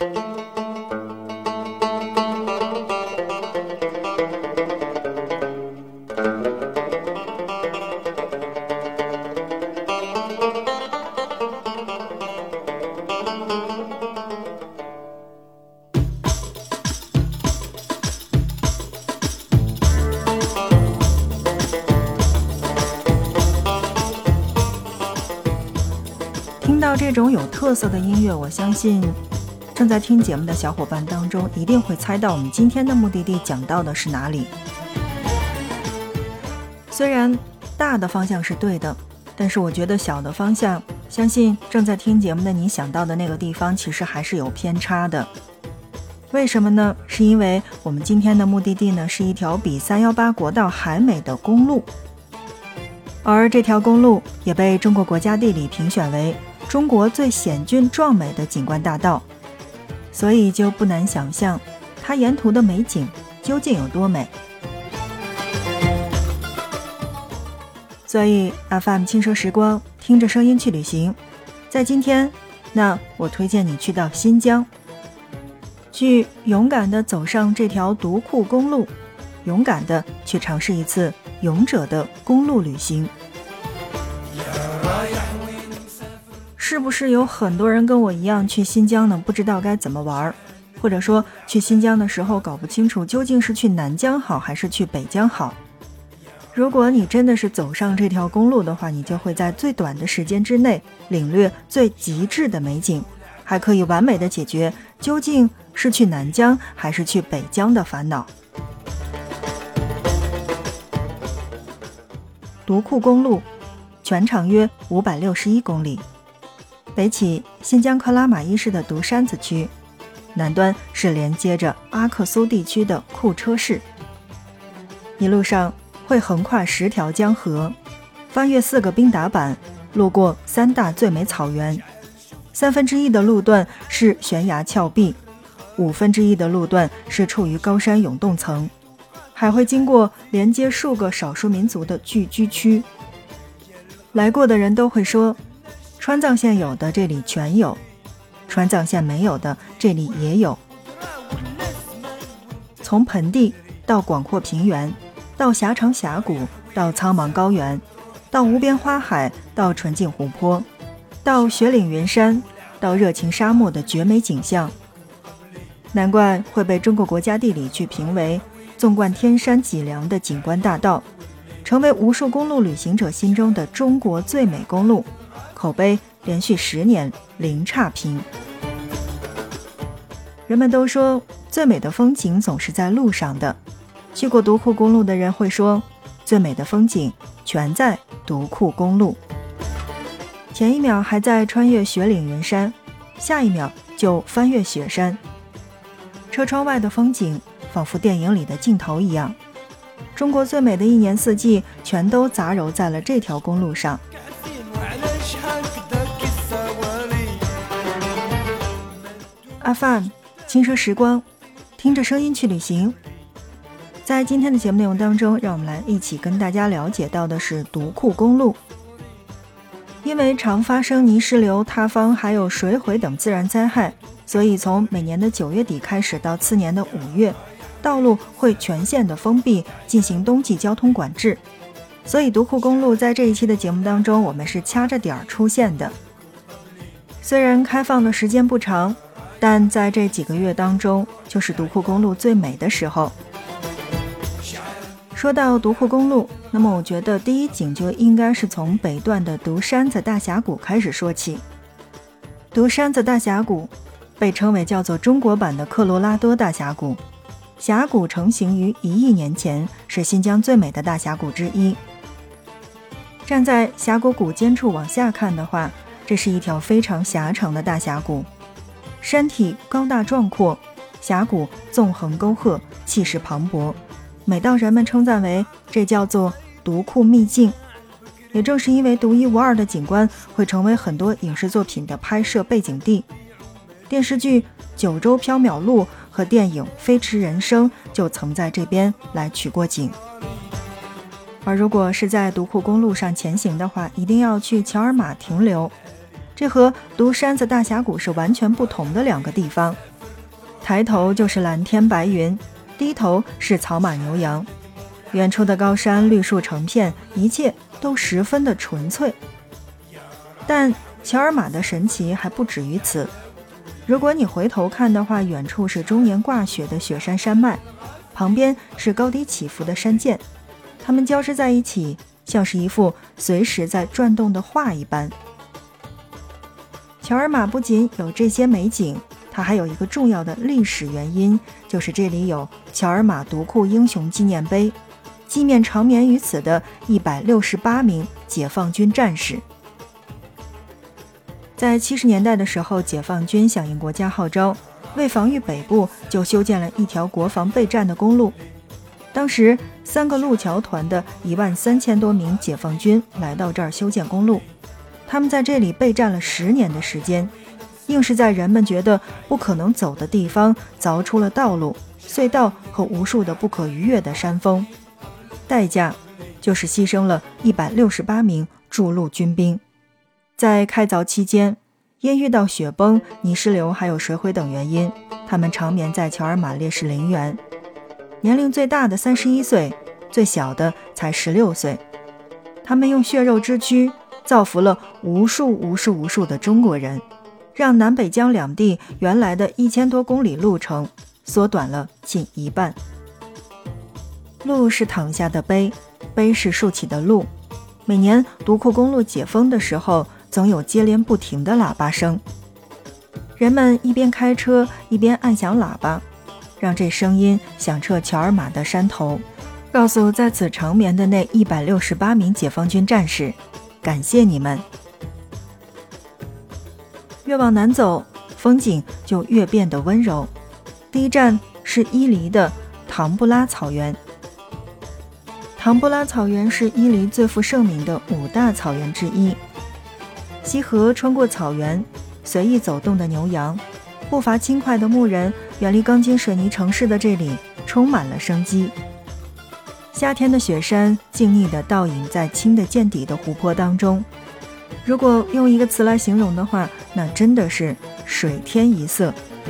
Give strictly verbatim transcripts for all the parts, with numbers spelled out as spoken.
听到这种有特色的音乐，我相信正在听节目的小伙伴当中一定会猜到我们今天的目的地讲到的是哪里。虽然大的方向是对的，但是我觉得小的方向，相信正在听节目的你想到的那个地方其实还是有偏差的。为什么呢？是因为我们今天的目的地呢是一条比三一八国道还美的公路，而这条公路也被中国国家地理评选为中国最险峻壮美的景观大道，所以就不难想象它沿途的美景究竟有多美。所以 F M 轻奢时光，听着声音去旅行。在今天，那我推荐你去到新疆，去勇敢地走上这条独库公路，勇敢地去尝试一次勇者的公路旅行。是不是有很多人跟我一样去新疆呢？不知道该怎么玩，或者说去新疆的时候搞不清楚究竟是去南疆好还是去北疆好。如果你真的是走上这条公路的话，你就会在最短的时间之内领略最极致的美景，还可以完美的解决究竟是去南疆还是去北疆的烦恼。独库公路全长约五百六十一公里，北起新疆克拉玛依市的独山子区，南端是连接着阿克苏地区的库车市。一路上会横跨十条江河，翻越四个冰达板，路过三大最美草原，三分之一的路段是悬崖峭壁，五分之一的路段是处于高山永冻层，还会经过连接数个少数民族的聚居区。来过的人都会说，川藏线有的这里全有，川藏线没有的这里也有。从盆地到广阔平原，到狭长峡谷，到苍茫高原，到无边花海，到纯净湖泊，到雪岭云山，到热情沙漠的绝美景象。难怪会被中国国家地理去评为纵贯天山脊梁的景观大道，成为无数公路旅行者心中的中国最美公路，口碑连续十年零差评。人们都说最美的风景总是在路上的，去过独库公路的人会说，最美的风景全在独库公路。前一秒还在穿越雪岭云山，下一秒就翻越雪山。车窗外的风景仿佛电影里的镜头一样，中国最美的一年四季全都杂糅在了这条公路上。F M 轻奢时光，听着声音去旅行。在今天的节目内容当中，让我们来一起跟大家了解到的是独库公路。因为常发生泥石流、塌方还有水毁等自然灾害，所以从每年的九月底开始到次年的五月，道路会全线的封闭，进行冬季交通管制。所以独库公路在这一期的节目当中，我们是掐着点儿出现的。虽然开放的时间不长，但在这几个月当中，就是独库公路最美的时候。说到独库公路，那么我觉得第一景就应该是从北段的独山子大峡谷开始说起。独山子大峡谷被称为叫做中国版的科罗拉多大峡谷，峡谷成型于一亿年前，是新疆最美的大峡谷之一。站在峡谷谷尖处往下看的话，这是一条非常狭长的大峡谷，山体高大壮阔，峡谷纵横沟壑，气势磅礴，美到人们称赞为这叫做独库秘境。也正是因为独一无二的景观，会成为很多影视作品的拍摄背景地。电视剧《九州缥缈录》和电影《飞驰人生》就曾在这边来取过景。而如果是在独库公路上前行的话，一定要去乔尔玛停留，这和独山子大峡谷是完全不同的两个地方。 抬头就是蓝天白云，低头是草马牛羊，远处的高山绿树成片，一切都十分的纯粹。但乔尔玛的神奇还不止于此，如果你回头看的话，远处是终年挂雪的雪山山脉，旁边是高低起伏的山涧，它们交织在一起，像是一幅随时在转动的画一般。乔尔玛不仅有这些美景，它还有一个重要的历史原因，就是这里有乔尔玛独库英雄纪念碑，纪念长眠于此的一百六十八名解放军战士。在七十年代的时候，解放军响应国家号召，为防御北部，就修建了一条国防备战的公路。当时三个路桥团的一万三千多名解放军来到这儿修建公路，他们在这里备战了十年的时间，硬是在人们觉得不可能走的地方凿出了道路、隧道和无数的不可逾越的山峰，代价就是牺牲了一百六十八名筑路军兵。在开凿期间，因遇到雪崩、泥石流还有水毁等原因，他们长眠在乔尔玛烈士陵园。年龄最大的三十一岁，最小的才十六岁。他们用血肉之躯造福了无数无数无数的中国人，让南北疆两地原来的一千多公里路程缩短了近一半。路是躺下的碑，碑是竖起的路。每年独库公路解封的时候，总有接连不停的喇叭声，人们一边开车一边按响喇叭，让这声音响彻乔尔玛的山头，告诉在此长眠的那一百六十八名解放军战士，感谢你们。越往南走，风景就越变得温柔。第一站是伊犁的唐布拉草原。唐布拉草原是伊犁最负盛名的五大草原之一。溪河穿过草原，随意走动的牛羊，步伐轻快的牧人，远离钢筋水泥城市的这里充满了生机。夏天的雪山静谧地倒影在清的见底的湖泊当中，如果用一个词来形容的话，那真的是水天一色。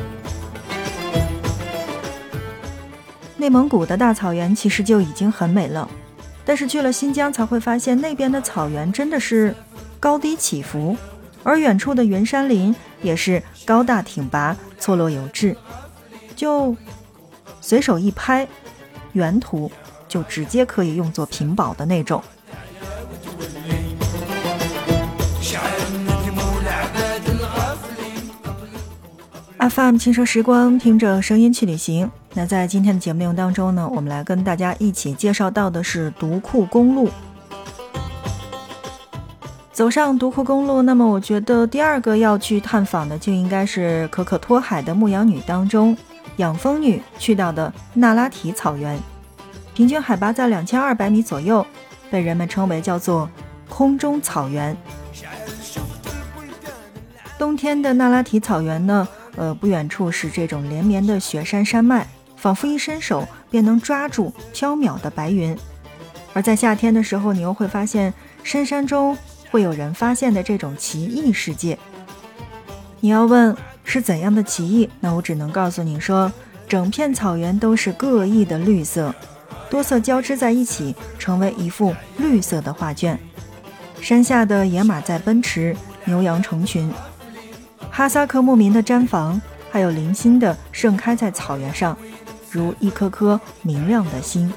内蒙古的大草原其实就已经很美了，但是去了新疆才会发现，那边的草原真的是高低起伏，而远处的云山林也是高大挺拔，错落有致，就随手一拍，原图就直接可以用作屏保的那种。F M 轻奢时光，听着声音去旅行。那在今天的节目内容当中呢，我们来跟大家一起介绍到的是独库公路。走上独库公路，那么我觉得第二个要去探访的就应该是可可托海的牧羊女当中养蜂女去到的那拉提草原，平均海拔在两千二百米左右，被人们称为叫做空中草原。冬天的那拉提草原呢，呃，不远处是这种连绵的雪山山脉，仿佛一伸手便能抓住缥缈的白云。而在夏天的时候，你又会发现深山中会有人发现的这种奇异世界。你要问是怎样的奇异，那我只能告诉你说，整片草原都是各异的绿色，多色交织在一起，成为一幅绿色的画卷。山下的野马在奔驰，牛羊成群，哈萨克牧民的毡房，还有零星的盛开在草原上，如一颗颗明亮的星。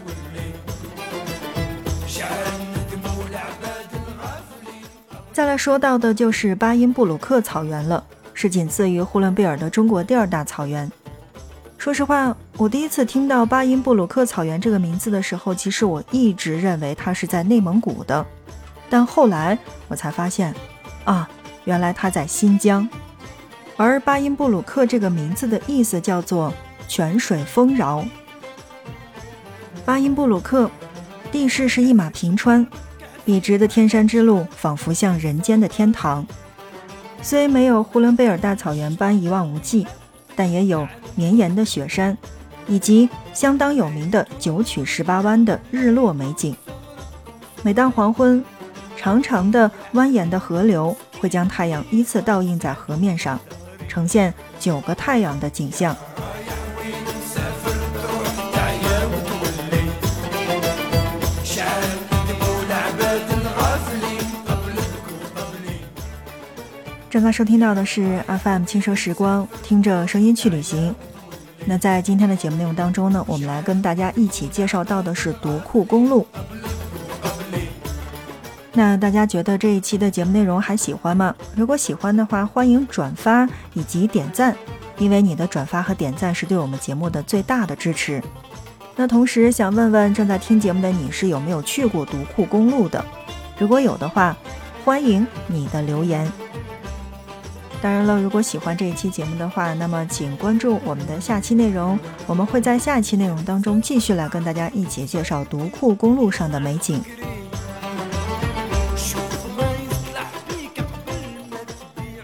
再来说到的就是巴音布鲁克草原了，是仅次于呼伦贝尔的中国第二大草原。说实话，我第一次听到巴音布鲁克草原这个名字的时候，其实我一直认为它是在内蒙古的，但后来我才发现，啊，原来它在新疆。而巴音布鲁克这个名字的意思叫做泉水丰饶。巴音布鲁克地势是一马平川，笔直的天山之路仿佛像人间的天堂。虽没有呼伦贝尔大草原般一望无际，但也有绵延的雪山，以及相当有名的九曲十八弯的日落美景。每当黄昏，长长的蜿蜒的河流会将太阳依次倒映在河面上，呈现九个太阳的景象。 正在收听到的是 F M 轻奢时光，听着声音去旅行。那在今天的节目内容当中呢，我们来跟大家一起介绍到的是独库公路。那大家觉得这一期的节目内容还喜欢吗？如果喜欢的话，欢迎转发以及点赞，因为你的转发和点赞是对我们节目的最大的支持。那同时想问问正在听节目的你是有没有去过独库公路的？如果有的话，欢迎你的留言。当然了，如果喜欢这一期节目的话，那么请关注我们的下期内容，我们会在下一期内容当中继续来跟大家一起介绍独库公路上的美景。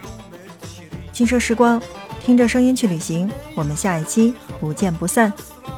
轻奢时光，听着声音去旅行，我们下一期不见不散。